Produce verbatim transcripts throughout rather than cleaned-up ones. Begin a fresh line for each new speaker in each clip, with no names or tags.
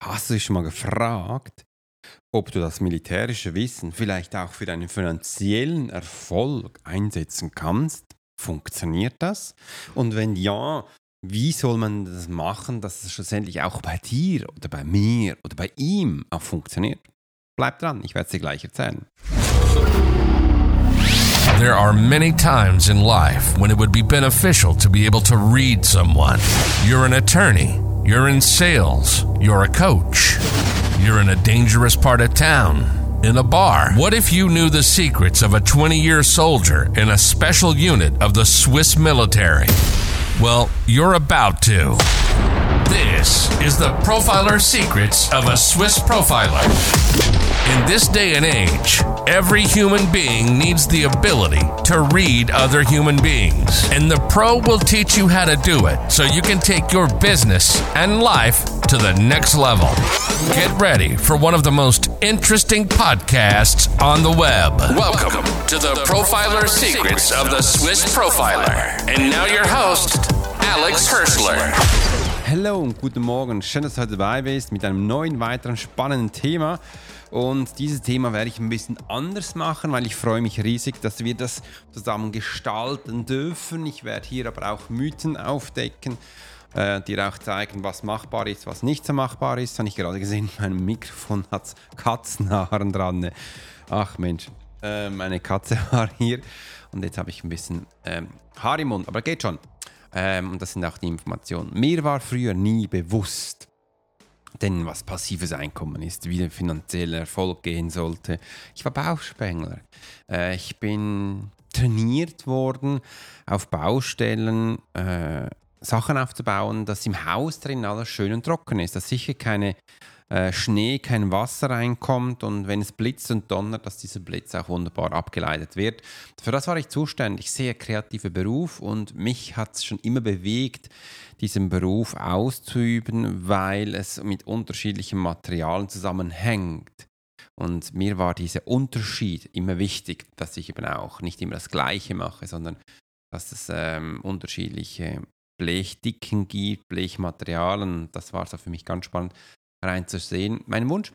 Hast du dich schon mal gefragt, ob du das militärische Wissen vielleicht auch für deinen finanziellen Erfolg einsetzen kannst? Funktioniert das? Und wenn ja, wie soll man das machen, dass es schlussendlich auch bei dir oder bei mir oder bei ihm auch funktioniert? Bleib dran, ich werde es dir gleich erzählen.
There are many times in life when it would be beneficial to be able to read someone. You're an attorney. You're in sales. You're a coach. You're in a dangerous part of town. In a bar. What if you knew the secrets of a twenty-year soldier in a special unit of the Swiss military? Well, you're about to. This is the Profiler Secrets of a Swiss Profiler. In this day and age, every human being needs the ability to read other human beings. And the Pro will teach you how to do it so you can take your business and life to the next level. Get ready for one of the most interesting podcasts on the web. Welcome to the Profiler Secrets of the Swiss Profiler. And now your host, Alex Hirschler.
Hallo und guten Morgen, schön, dass du heute dabei bist mit einem neuen, weiteren spannenden Thema. Und dieses Thema werde ich ein bisschen anders machen, weil ich freue mich riesig, dass wir das zusammen gestalten dürfen. Ich werde hier aber auch Mythen aufdecken, äh, dir auch zeigen, was machbar ist, was nicht so machbar ist. Habe ich gerade gesehen, mein Mikrofon hat Katzenhaaren dran. Ne? Ach Mensch, äh, meine Katze war hier und jetzt habe ich ein bisschen ähm, Haar im Mund, aber geht schon. Ähm, und das sind auch die Informationen. Mir war früher nie bewusst, denn was passives Einkommen ist, wie der finanzielle Erfolg gehen sollte. Ich war Bauspengler. Äh, ich bin trainiert worden, auf Baustellen äh, Sachen aufzubauen, dass im Haus drin alles schön und trocken ist, dass sicher keine äh, Schnee, kein Wasser reinkommt und wenn es blitzt und donnert, dass dieser Blitz auch wunderbar abgeleitet wird. Für das war ich zuständig, sehr kreativer Beruf und mich hat es schon immer bewegt, diesen Beruf auszuüben, weil es mit unterschiedlichen Materialien zusammenhängt. Und mir war dieser Unterschied immer wichtig, dass ich eben auch nicht immer das Gleiche mache, sondern dass es ähm, unterschiedliche Blechdicken gibt, Blechmaterialien. Das war so für mich ganz spannend reinzusehen. Mein Wunsch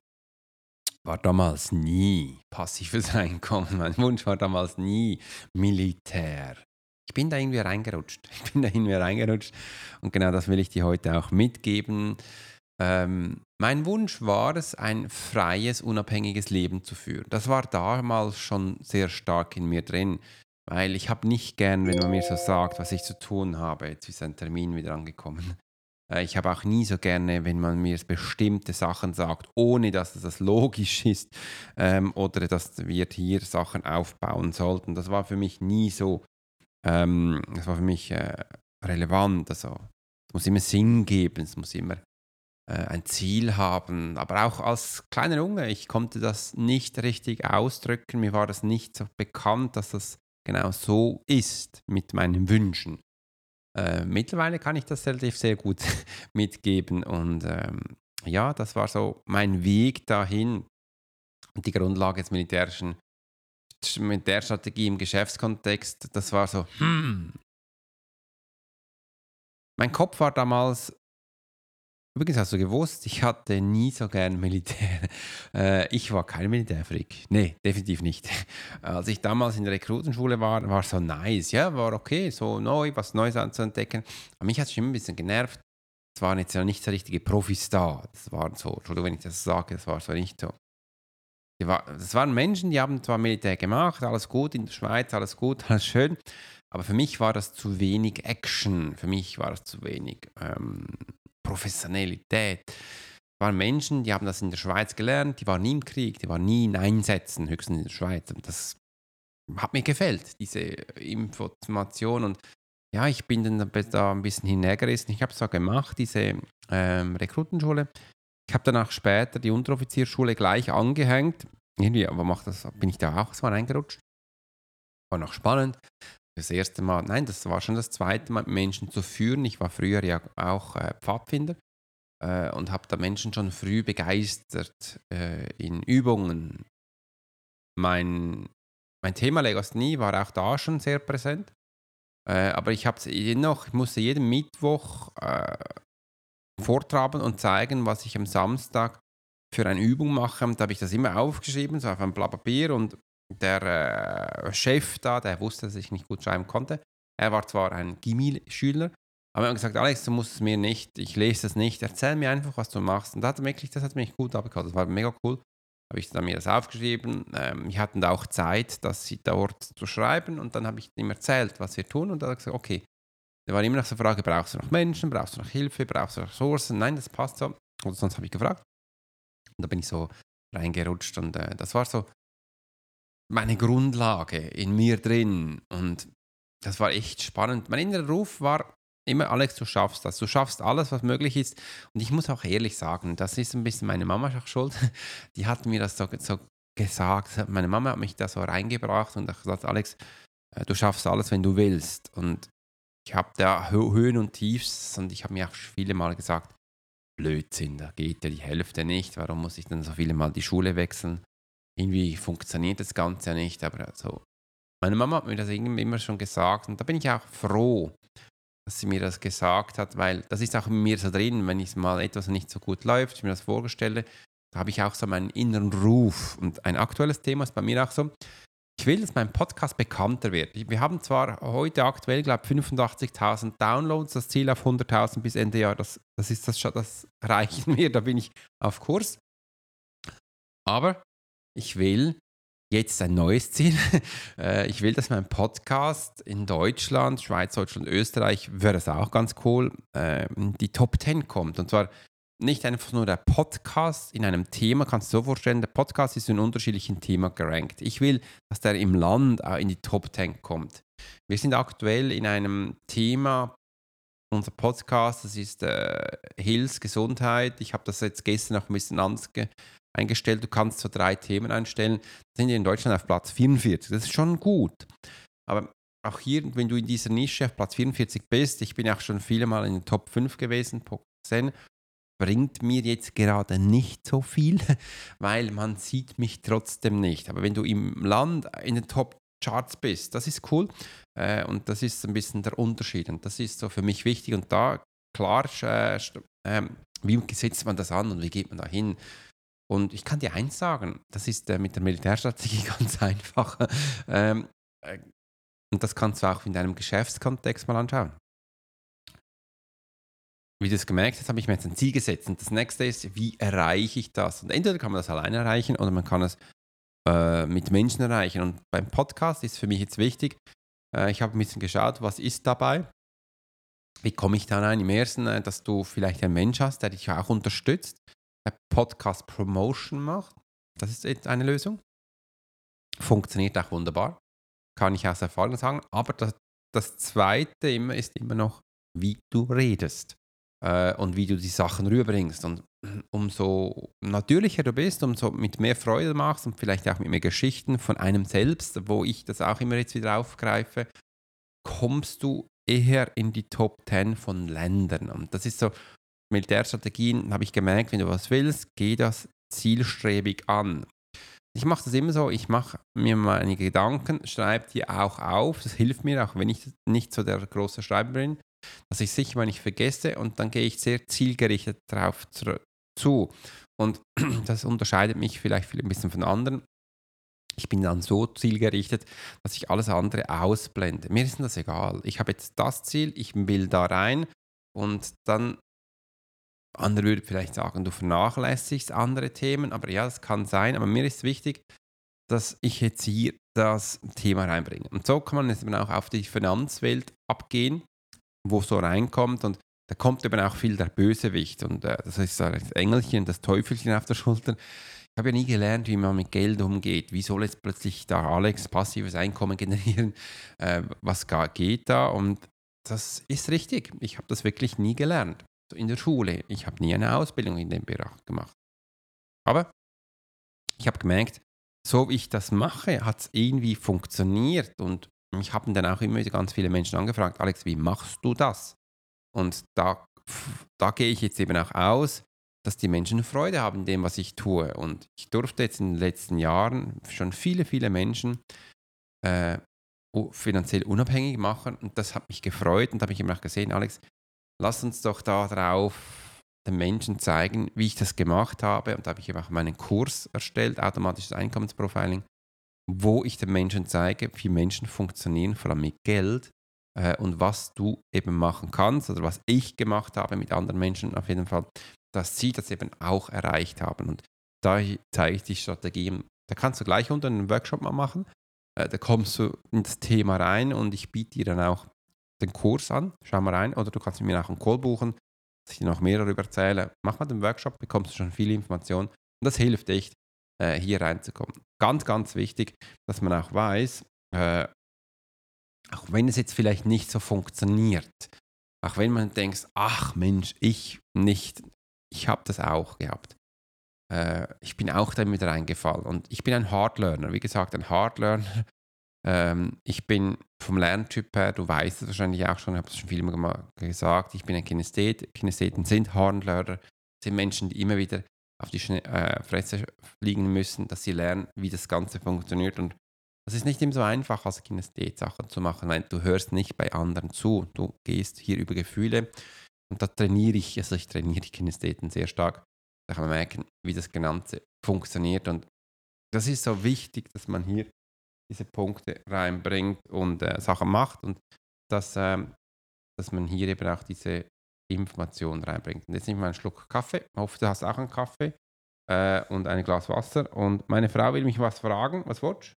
war damals nie passives Einkommen. Mein Wunsch war damals nie Militär. Ich bin da irgendwie reingerutscht. Ich bin da irgendwie reingerutscht. Und genau das will ich dir heute auch mitgeben. Ähm, mein Wunsch war es, ein freies, unabhängiges Leben zu führen. Das war damals schon sehr stark in mir drin. Weil ich habe nicht gern, wenn man mir so sagt, was ich zu tun habe. Jetzt ist ein Termin wieder angekommen. Äh, ich habe auch nie so gerne, wenn man mir bestimmte Sachen sagt, ohne dass das logisch ist. Ähm, oder dass wir hier Sachen aufbauen sollten. Das war für mich nie so. Ähm, das war für mich äh, relevant. Also, es muss immer Sinn geben, es muss immer äh, ein Ziel haben. Aber auch als kleiner Junge, ich konnte das nicht richtig ausdrücken. Mir war das nicht so bekannt, dass das genau so ist mit meinen Wünschen. Äh, mittlerweile kann ich das relativ sehr gut mitgeben. Und ähm, ja, das war so mein Weg dahin. Und die Grundlage des militärischen Militärstrategie im Geschäftskontext, das war so, hm. Mein Kopf war damals, übrigens hast du gewusst, ich hatte nie so gern Militär. Äh, ich war kein Militärfreak. Nee, definitiv nicht. Als ich damals in der Rekrutenschule war, war es so nice. Ja, war okay, so neu, was Neues anzuentdecken. Aber mich hat es schon immer ein bisschen genervt. Es waren jetzt ja nicht so richtige Profis da. Das waren so, Entschuldigung, wenn ich das sage, das war so nicht so. Das waren Menschen, die haben zwar Militär gemacht, alles gut in der Schweiz, alles gut, alles schön, aber für mich war das zu wenig Action, für mich war das zu wenig ähm, Professionalität. Es waren Menschen, die haben das in der Schweiz gelernt, die waren nie im Krieg, die waren nie in Einsätzen, höchstens in der Schweiz. Und das hat mir gefällt, diese Information. Und ja, ich bin dann da ein bisschen hinhergerissen. Ich habe es zwar gemacht, diese ähm, Rekrutenschule. Ich habe danach später die Unteroffizierschule gleich angehängt. Irgendwie, aber macht das, bin ich da auch so reingerutscht. War noch spannend. Das erste Mal, nein, das war schon das zweite Mal, Menschen zu führen. Ich war früher ja auch äh, Pfadfinder äh, und habe da Menschen schon früh begeistert äh, in Übungen. Mein, mein Thema Legasthenie war auch da schon sehr präsent. Äh, aber ich habe es noch, ich musste jeden Mittwoch äh, vortraben und zeigen, was ich am Samstag für eine Übung mache. Und da habe ich das immer aufgeschrieben, so auf einem Blatt Papier. Und der äh, Chef da, der wusste, dass ich nicht gut schreiben konnte. Er war zwar ein Gimmi-Schüler, aber er hat gesagt, Alex, du musst es mir nicht, ich lese das nicht, erzähl mir einfach, was du machst. Und das hat wirklich, das hat mich gut abgeholt. Das war mega cool. Habe ich dann mir das aufgeschrieben. Ähm, wir hatten da auch Zeit, das dort zu schreiben. Und dann habe ich ihm erzählt, was wir tun. Und dann hat er gesagt, okay. Da war immer noch so eine Frage, brauchst du noch Menschen, brauchst du noch Hilfe, brauchst du noch Ressourcen? Nein, das passt so. Oder sonst habe ich gefragt. Und da bin ich so reingerutscht. Und äh, das war so meine Grundlage in mir drin. Und das war echt spannend. Mein innerer Ruf war immer, Alex, du schaffst das. Du schaffst alles, was möglich ist. Und ich muss auch ehrlich sagen, das ist ein bisschen meine Mama auch schuld. Die hat mir das so, so gesagt. Meine Mama hat mich da so reingebracht und hat gesagt, Alex, du schaffst alles, wenn du willst. Und ich habe da Höhen und Tiefs und ich habe mir auch viele Mal gesagt, Blödsinn, da geht ja die Hälfte nicht. Warum muss ich dann so viele Mal die Schule wechseln? Irgendwie funktioniert das Ganze ja nicht. Aber also, meine Mama hat mir das irgendwie immer schon gesagt und da bin ich auch froh, dass sie mir das gesagt hat, weil das ist auch in mir so drin, wenn ich mal etwas nicht so gut läuft, ich mir das vorstelle, da habe ich auch so meinen inneren Ruf. Und ein aktuelles Thema ist bei mir auch so, ich will, dass mein Podcast bekannter wird. Wir haben zwar heute aktuell, glaube ich, fünfundachtzigtausend Downloads, das Ziel auf hunderttausend bis Ende Jahr, das, das, ist das, das reichen wir, da bin ich auf Kurs. Aber ich will jetzt ein neues Ziel. Ich will, dass mein Podcast in Deutschland, Schweiz, Deutschland, Österreich, wäre das auch ganz cool, die Top zehn kommt. Und zwar nicht einfach nur der Podcast in einem Thema, kannst du dir so vorstellen, der Podcast ist in unterschiedlichen Themen gerankt. Ich will, dass der im Land auch in die Top zehn kommt. Wir sind aktuell in einem Thema, unser Podcast, das ist äh, Hills Gesundheit. Ich habe das jetzt gestern noch ein bisschen anders ge- eingestellt. Du kannst so drei Themen einstellen. Da sind wir in Deutschland auf Platz vierundvierzig. Das ist schon gut. Aber auch hier, wenn du in dieser Nische auf Platz vierundvierzig bist, ich bin auch schon viele Mal in den Top fünf gewesen, bringt mir jetzt gerade nicht so viel, weil man sieht mich trotzdem nicht. Aber wenn du im Land in den Top-Charts bist, das ist cool äh, und das ist ein bisschen der Unterschied und das ist so für mich wichtig und da klar, äh, äh, wie setzt man das an und wie geht man da hin? Und ich kann dir eins sagen, das ist äh, mit der Militärstrategie ganz einfach ähm, äh, und das kannst du auch in deinem Geschäftskontext mal anschauen. Wie du es gemerkt hast, habe ich mir jetzt ein Ziel gesetzt. Und das nächste ist, wie erreiche ich das? Und entweder kann man das alleine erreichen oder man kann es äh, mit Menschen erreichen. Und beim Podcast ist für mich jetzt wichtig, äh, ich habe ein bisschen geschaut, was ist dabei? Wie komme ich da rein? Im ersten, äh, dass du vielleicht einen Mensch hast, der dich auch unterstützt, der Podcast-Promotion macht. Das ist jetzt eine Lösung. Funktioniert auch wunderbar. Kann ich aus Erfahrung sagen. Aber das, das Zweite immer ist immer noch, wie du redest. Und wie du die Sachen rüberbringst. Und umso natürlicher du bist, umso mit mehr Freude machst und vielleicht auch mit mehr Geschichten von einem selbst, wo ich das auch immer jetzt wieder aufgreife, kommst du eher in die Top zehn von Ländern. Und das ist so, Militärstrategien, habe ich gemerkt, wenn du was willst, geh das zielstrebig an. Ich mache das immer so, ich mache mir meine Gedanken, schreibe die auch auf, das hilft mir, auch wenn ich nicht so der große Schreiber bin, dass ich sicher mal nicht vergesse und dann gehe ich sehr zielgerichtet darauf zu. Und das unterscheidet mich vielleicht ein bisschen von anderen. Ich bin dann so zielgerichtet, dass ich alles andere ausblende. Mir ist das egal. Ich habe jetzt das Ziel, ich will da rein und dann, andere würden vielleicht sagen, du vernachlässigst andere Themen, aber ja, das kann sein. Aber mir ist wichtig, dass ich jetzt hier das Thema reinbringe. Und so kann man jetzt eben auch auf die Finanzwelt abgehen, wo es so reinkommt und da kommt eben auch viel der Bösewicht und äh, das ist das Engelchen, das Teufelchen auf der Schulter. Ich habe ja nie gelernt, wie man mit Geld umgeht. Wie soll jetzt plötzlich da Alex passives Einkommen generieren? Äh, was geht da? Und das ist richtig. Ich habe das wirklich nie gelernt. So in der Schule. Ich habe nie eine Ausbildung in dem Bereich gemacht. Aber ich habe gemerkt, so wie ich das mache, hat es irgendwie funktioniert und mich haben dann auch immer wieder ganz viele Menschen angefragt, Alex, wie machst du das? Und da, da gehe ich jetzt eben auch aus, dass die Menschen Freude haben in dem, was ich tue. Und ich durfte jetzt in den letzten Jahren schon viele, viele Menschen äh, finanziell unabhängig machen. Und das hat mich gefreut. Und da habe ich eben auch gesehen, Alex, lass uns doch da drauf den Menschen zeigen, wie ich das gemacht habe. Und da habe ich eben auch meinen Kurs erstellt, automatisches Einkommensprofiling, wo ich den Menschen zeige, wie Menschen funktionieren, vor allem mit Geld äh, und was du eben machen kannst oder was ich gemacht habe mit anderen Menschen auf jeden Fall, dass sie das eben auch erreicht haben. Und da zeige ich die Strategien. Da kannst du gleich unter einen Workshop mal machen. Äh, da kommst du in das Thema rein und ich biete dir dann auch den Kurs an. Schau mal rein. Oder du kannst mit mir auch einen Call buchen, dass ich dir noch mehr darüber erzähle. Mach mal den Workshop, bekommst du schon viele Informationen. Und das hilft echt, äh, hier reinzukommen. Ganz, ganz wichtig, dass man auch weiß, äh, auch wenn es jetzt vielleicht nicht so funktioniert, auch wenn man denkt, ach Mensch, ich nicht, ich habe das auch gehabt. Äh, ich bin auch da mit reingefallen und ich bin ein Hardlearner, wie gesagt, ein Hardlearner. Ähm, ich bin vom Lerntyp her, du weißt es wahrscheinlich auch schon, ich habe es schon viel mal gesagt, ich bin ein Kinesthet. Kinestheten sind Hardlearner, sind Menschen, die immer wieder auf die Schne- äh, Fresse fliegen müssen, dass sie lernen, wie das Ganze funktioniert. Und das ist nicht immer so einfach, als Kinesthet Sachen zu machen, weil du hörst nicht bei anderen zu. Du gehst hier über Gefühle und da trainiere ich, also ich trainiere die Kinestheten sehr stark. Da kann man merken, wie das Ganze funktioniert. Und das ist so wichtig, dass man hier diese Punkte reinbringt und äh, Sachen macht und dass, ähm, dass man hier eben auch diese Informationen reinbringt. Und jetzt nehme ich mal einen Schluck Kaffee. Ich hoffe, du hast auch einen Kaffee äh, und ein Glas Wasser. Und meine Frau will mich was fragen. Was willst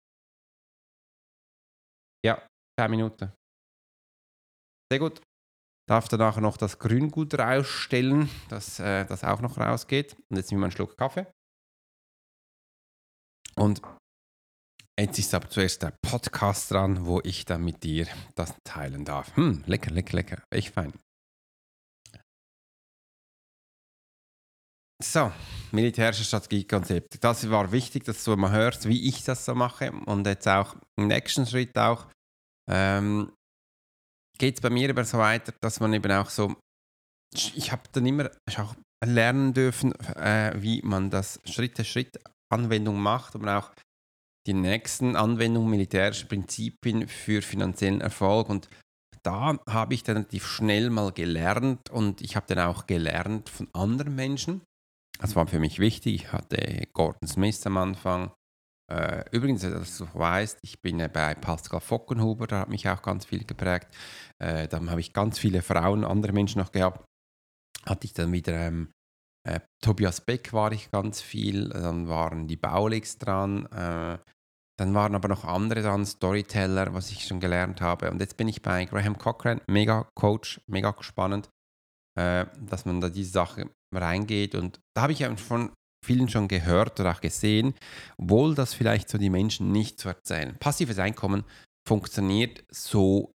du? Ja, zehn Minuten. Sehr gut. Darf danach noch das Grüngut rausstellen, dass äh, das auch noch rausgeht. Und jetzt nehme ich mal einen Schluck Kaffee. Und jetzt ist aber zuerst der Podcast dran, wo ich dann mit dir das teilen darf. Hm, lecker, lecker, lecker. Echt fein. So, militärische Strategiekonzept. Das war wichtig, dass du mal hörst, wie ich das so mache. Und jetzt auch im nächsten Schritt auch ähm, geht es bei mir aber so weiter, dass man eben auch so, ich habe dann immer auch lernen dürfen, äh, wie man das Schritt für Schritt Anwendung macht, aber auch die nächsten Anwendungen militärischer Prinzipien für finanziellen Erfolg. Und da habe ich dann relativ schnell mal gelernt und ich habe dann auch gelernt von anderen Menschen. Das war für mich wichtig. Ich hatte Gordon Smith am Anfang. Äh, übrigens, dass du weißt, ich bin äh, bei Pascal Fockenhuber, da hat mich auch ganz viel geprägt. Äh, dann habe ich ganz viele Frauen, andere Menschen noch gehabt. Hatte ich dann wieder ähm, äh, Tobias Beck war ich ganz viel, dann waren die Baulix dran, äh, dann waren aber noch andere dran, Storyteller, was ich schon gelernt habe. Und jetzt bin ich bei Graham Cochran, mega Coach, mega spannend, äh, dass man da diese Sache reingeht. Und da habe ich ja von vielen schon gehört oder auch gesehen, obwohl das vielleicht so die Menschen nicht zu erzählen. Passives Einkommen funktioniert so,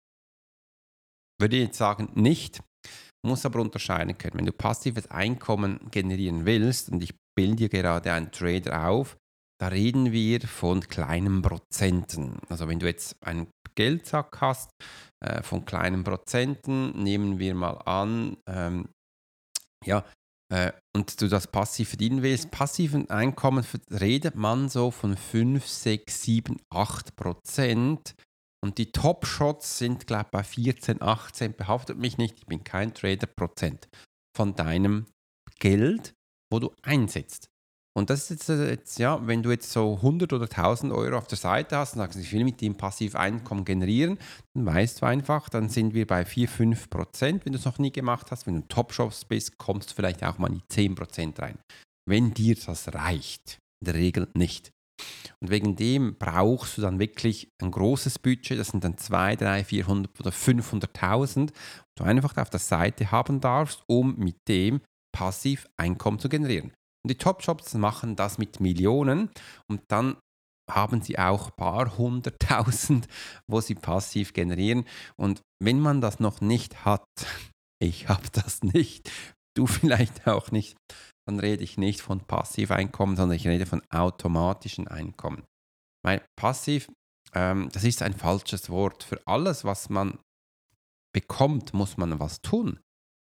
würde ich jetzt sagen, nicht. Muss aber unterscheiden können. Wenn du passives Einkommen generieren willst, und ich bilde dir gerade einen Trader auf, da reden wir von kleinen Prozenten. Also wenn du jetzt einen Geldsack hast äh, von kleinen Prozenten, nehmen wir mal an, ähm, ja, äh, und du das passiv verdienen willst, passiven Einkommen redet man so von fünf, sechs, sieben, acht Prozent. Und die Top-Shots sind, glaube ich, bei vierzehn, achtzehn, behaftet mich nicht, ich bin kein Trader, Prozent von deinem Geld, wo du einsetzt. Und das ist jetzt, jetzt, ja, wenn du jetzt so hundert oder tausend Euro auf der Seite hast und sagst, ich will mit dem Passiveinkommen generieren, dann weißt du einfach, dann sind wir bei vier, fünf Prozent, wenn du es noch nie gemacht hast. Wenn du Top-Shops bist, kommst du vielleicht auch mal in die zehn Prozent rein. Wenn dir das reicht, in der Regel nicht. Und wegen dem brauchst du dann wirklich ein großes Budget, das sind dann zweihundert, dreihundert, vierhundert oder fünfhunderttausend, du einfach auf der Seite haben darfst, um mit dem passiv Einkommen zu generieren. Und die Top-Shops machen das mit Millionen und dann haben sie auch ein paar hunderttausend, wo sie passiv generieren. Und wenn man das noch nicht hat, ich habe das nicht, du vielleicht auch nicht, dann rede ich nicht von Passiveinkommen, sondern ich rede von automatischen Einkommen. Weil passiv, ähm, das ist ein falsches Wort. Für alles, was man bekommt, muss man was tun.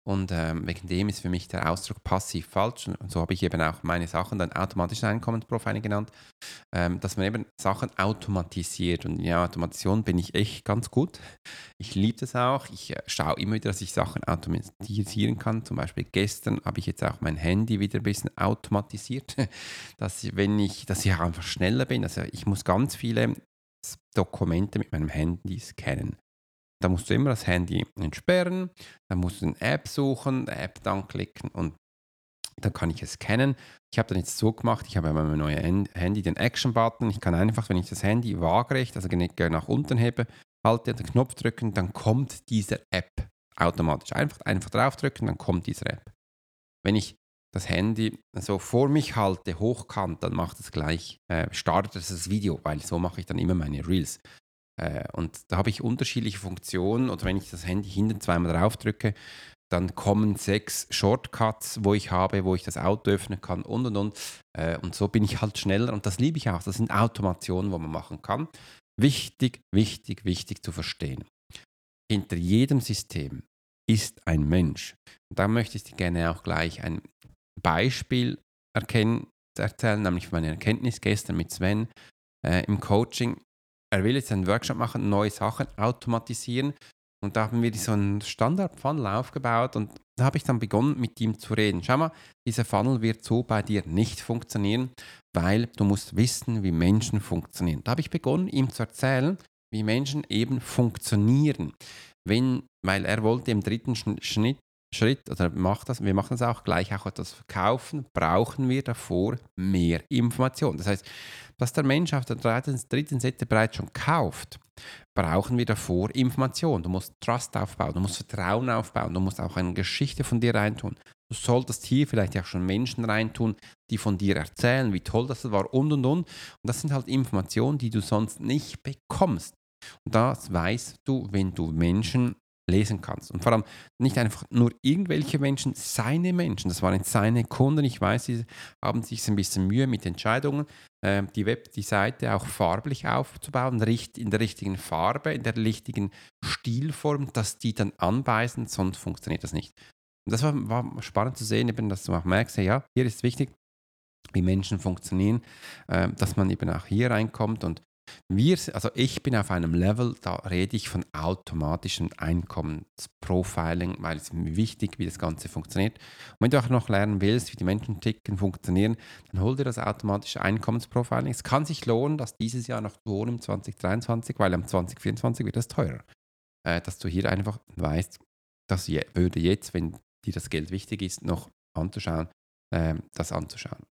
Und ähm, wegen dem ist für mich der Ausdruck passiv falsch. Und so habe ich eben auch meine Sachen dann automatischen Einkommensprofiling genannt, ähm, dass man eben Sachen automatisiert. Und in der Automation bin ich echt ganz gut. Ich liebe das auch. Ich äh, schaue immer wieder, dass ich Sachen automatisieren kann. Zum Beispiel gestern habe ich jetzt auch mein Handy wieder ein bisschen automatisiert, dass ich, wenn ich, dass ich einfach schneller bin. Also ich muss ganz viele Dokumente mit meinem Handy scannen. Da musst du immer das Handy entsperren, dann musst du eine App suchen, eine App dann klicken und dann kann ich es scannen. Ich habe dann jetzt so gemacht, ich habe bei meinem neuen Handy den Action-Button. Ich kann einfach, wenn ich das Handy waagerecht, also nach unten hebe, halte, den Knopf drücken, dann kommt diese App automatisch. Einfach, einfach draufdrücken, dann kommt diese App. Wenn ich das Handy so vor mich halte, hochkant, dann macht es gleich, äh, startet es das Video, weil so mache ich dann immer meine Reels. Äh, und da habe ich unterschiedliche Funktionen oder wenn ich das Handy hinten zweimal draufdrücke, dann kommen sechs Shortcuts, wo ich habe, wo ich das Auto öffnen kann und und und. Äh, und so bin ich halt schneller und das liebe ich auch. Das sind Automationen, wo man machen kann. Wichtig, wichtig, wichtig zu verstehen. Hinter jedem System ist ein Mensch. Und da möchte ich dir gerne auch gleich ein Beispiel erkennen, erzählen, nämlich meine Erkenntnis gestern mit Sven äh, im Coaching. Er will jetzt einen Workshop machen, neue Sachen automatisieren. Und da haben wir so einen Standard-Funnel aufgebaut und da habe ich dann begonnen, mit ihm zu reden. Schau mal, dieser Funnel wird so bei dir nicht funktionieren, weil du musst wissen, wie Menschen funktionieren. Da habe ich begonnen, ihm zu erzählen, wie Menschen eben funktionieren. Wenn, weil er wollte im dritten Schnitt, Schritt, oder macht das, wir machen das auch gleich, auch etwas verkaufen, brauchen wir davor mehr Information. Das heißt, dass der Mensch auf der dritten, dritten Seite bereits schon kauft, brauchen wir davor Information. Du musst Trust aufbauen, du musst Vertrauen aufbauen, du musst auch eine Geschichte von dir reintun. Du solltest hier vielleicht auch schon Menschen reintun, die von dir erzählen, wie toll das war und und und. Und das sind halt Informationen, die du sonst nicht bekommst. Und das weißt du, wenn du Menschen lesen kannst. Und vor allem nicht einfach nur irgendwelche Menschen, seine Menschen. Das waren seine Kunden. Ich weiß, sie haben sich ein bisschen Mühe mit Entscheidungen, äh, die Web, die Seite auch farblich aufzubauen, in der richtigen Farbe, in der richtigen Stilform, dass die dann anbeißen, sonst funktioniert das nicht. Und das war, war spannend zu sehen, eben, dass du auch merkst, ja, hier ist wichtig, wie Menschen funktionieren, äh, dass man eben auch hier reinkommt und wir, also ich bin auf einem Level, da rede ich von automatischem Einkommensprofiling, weil es mir wichtig, wie das Ganze funktioniert. Und wenn du auch noch lernen willst, wie die Menschen ticken, funktionieren, dann hol dir das automatische Einkommensprofiling. Es kann sich lohnen, das dieses Jahr noch zu holen im zwanzig dreiundzwanzig, weil am zwanzig vierundzwanzig wird das teurer. Äh, dass du hier einfach weißt, das je, würde jetzt, wenn dir das Geld wichtig ist, noch anzuschauen, äh, das anzuschauen.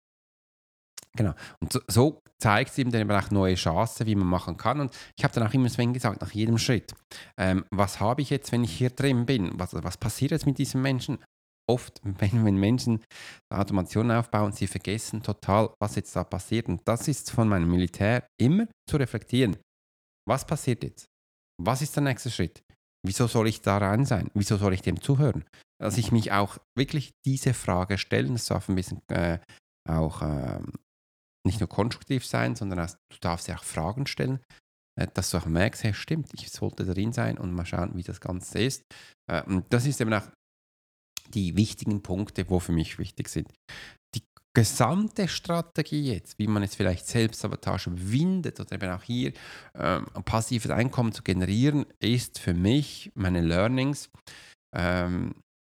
Genau. Und so, so zeigt es ihm dann eben auch neue Chancen, wie man machen kann. Und ich habe dann auch immer Sven gesagt, nach jedem Schritt, ähm, was habe ich jetzt, wenn ich hier drin bin? Was, was passiert jetzt mit diesem Menschen? Oft, wenn, wenn Menschen Automation aufbauen, sie vergessen total, was jetzt da passiert. Und das ist von meinem Militär immer zu reflektieren. Was passiert jetzt? Was ist der nächste Schritt? Wieso soll ich da rein sein? Wieso soll ich dem zuhören? Dass ich mich auch wirklich diese Frage stellen, das darf ein bisschen äh, auch ähm, nicht nur konstruktiv sein, sondern auch, du darfst ja auch Fragen stellen, äh, dass du auch merkst, hey, stimmt, ich sollte drin sein und mal schauen, wie das Ganze ist. Äh, und das ist eben auch die wichtigen Punkte, wo für mich wichtig sind. Die gesamte Strategie jetzt, wie man jetzt vielleicht Selbstsabotage windet oder eben auch hier ähm, ein passives Einkommen zu generieren, ist für mich meine Learnings ähm,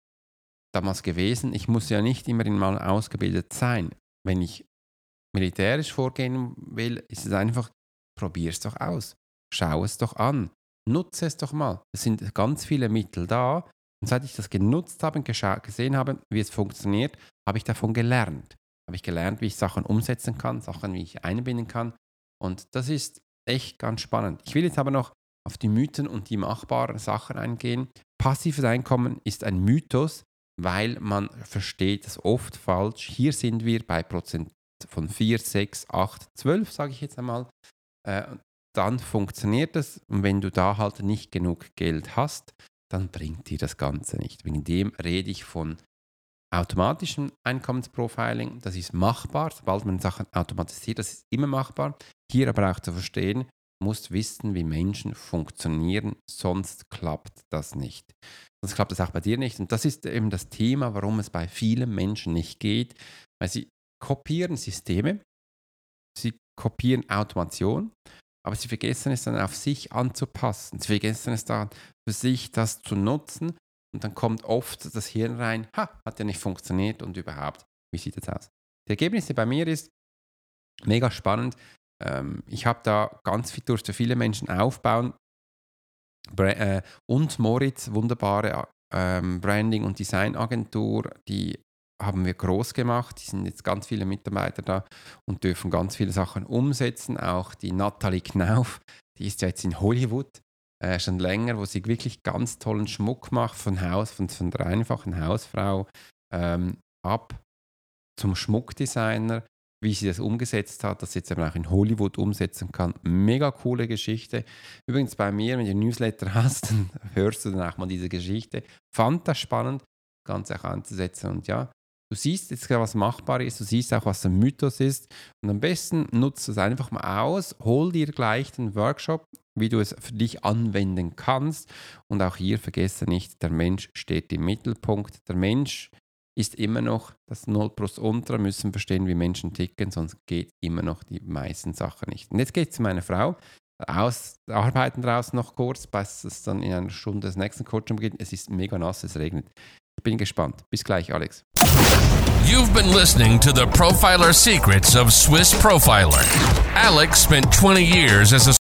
damals gewesen. Ich muss ja nicht immer mal ausgebildet sein. Wenn ich militärisch vorgehen will, ist es einfach, probier es doch aus. Schau es doch an. Nutze es doch mal. Es sind ganz viele Mittel da. Und seit ich das genutzt habe und gesehen habe, wie es funktioniert, habe ich davon gelernt. Habe ich gelernt, wie ich Sachen umsetzen kann, Sachen, wie ich einbinden kann. Und das ist echt ganz spannend. Ich will jetzt aber noch auf die Mythen und die machbaren Sachen eingehen. Passives Einkommen ist ein Mythos, weil man versteht es oft falsch. Hier sind wir bei Prozent von vier, sechs, acht, zwölf, sage ich jetzt einmal, äh, dann funktioniert es. Und wenn du da halt nicht genug Geld hast, dann bringt dir das Ganze nicht. Wegen dem rede ich von automatischem Einkommensprofiling. Das ist machbar, sobald man Sachen automatisiert, das ist immer machbar. Hier aber auch zu verstehen, Du musst wissen, wie Menschen funktionieren, sonst klappt das nicht. Sonst klappt das auch bei dir nicht. Und das ist eben das Thema, warum es bei vielen Menschen nicht geht, weil sie kopieren Systeme, sie kopieren Automation, aber sie vergessen es dann auf sich anzupassen. Sie vergessen es dann für sich das zu nutzen und dann kommt oft das Hirn rein, ha, hat ja nicht funktioniert und überhaupt, wie sieht das aus? Die Ergebnisse bei mir ist mega spannend. Ähm, ich habe da ganz viel durch für viele Menschen aufbauen. Bra- äh, und Moritz, wunderbare ähm, Branding- und Designagentur, die haben wir groß gemacht. Die sind jetzt ganz viele Mitarbeiter da und dürfen ganz viele Sachen umsetzen. Auch die Nathalie Knauf, die ist ja jetzt in Hollywood äh, schon länger, wo sie wirklich ganz tollen Schmuck macht von Haus, von, von der einfachen Hausfrau ähm, ab zum Schmuckdesigner, wie sie das umgesetzt hat, dass sie jetzt eben auch in Hollywood umsetzen kann. Mega coole Geschichte. Übrigens bei mir, wenn du einen Newsletter hast, dann hörst du dann auch mal diese Geschichte. Fand das spannend, das Ganze auch anzusetzen. Und ja, du siehst jetzt, was machbar ist, du siehst auch, was ein Mythos ist. Und am besten nutzt es einfach mal aus, hol dir gleich den Workshop, wie du es für dich anwenden kannst. Und auch hier vergesse nicht, der Mensch steht im Mittelpunkt. Der Mensch ist immer noch das Null plus Ultra, müssen verstehen, wie Menschen ticken, sonst geht immer noch die meisten Sachen nicht. Und jetzt geht es zu meiner Frau. Aus, arbeiten draußen noch kurz, bis es dann in einer Stunde das nächste Coaching beginnt. Es ist mega nass, es regnet. Ich bin gespannt. Bis gleich, Alex.
You've been listening to the Profiler Secrets of Swiss Profiler. Alex spent twenty years as a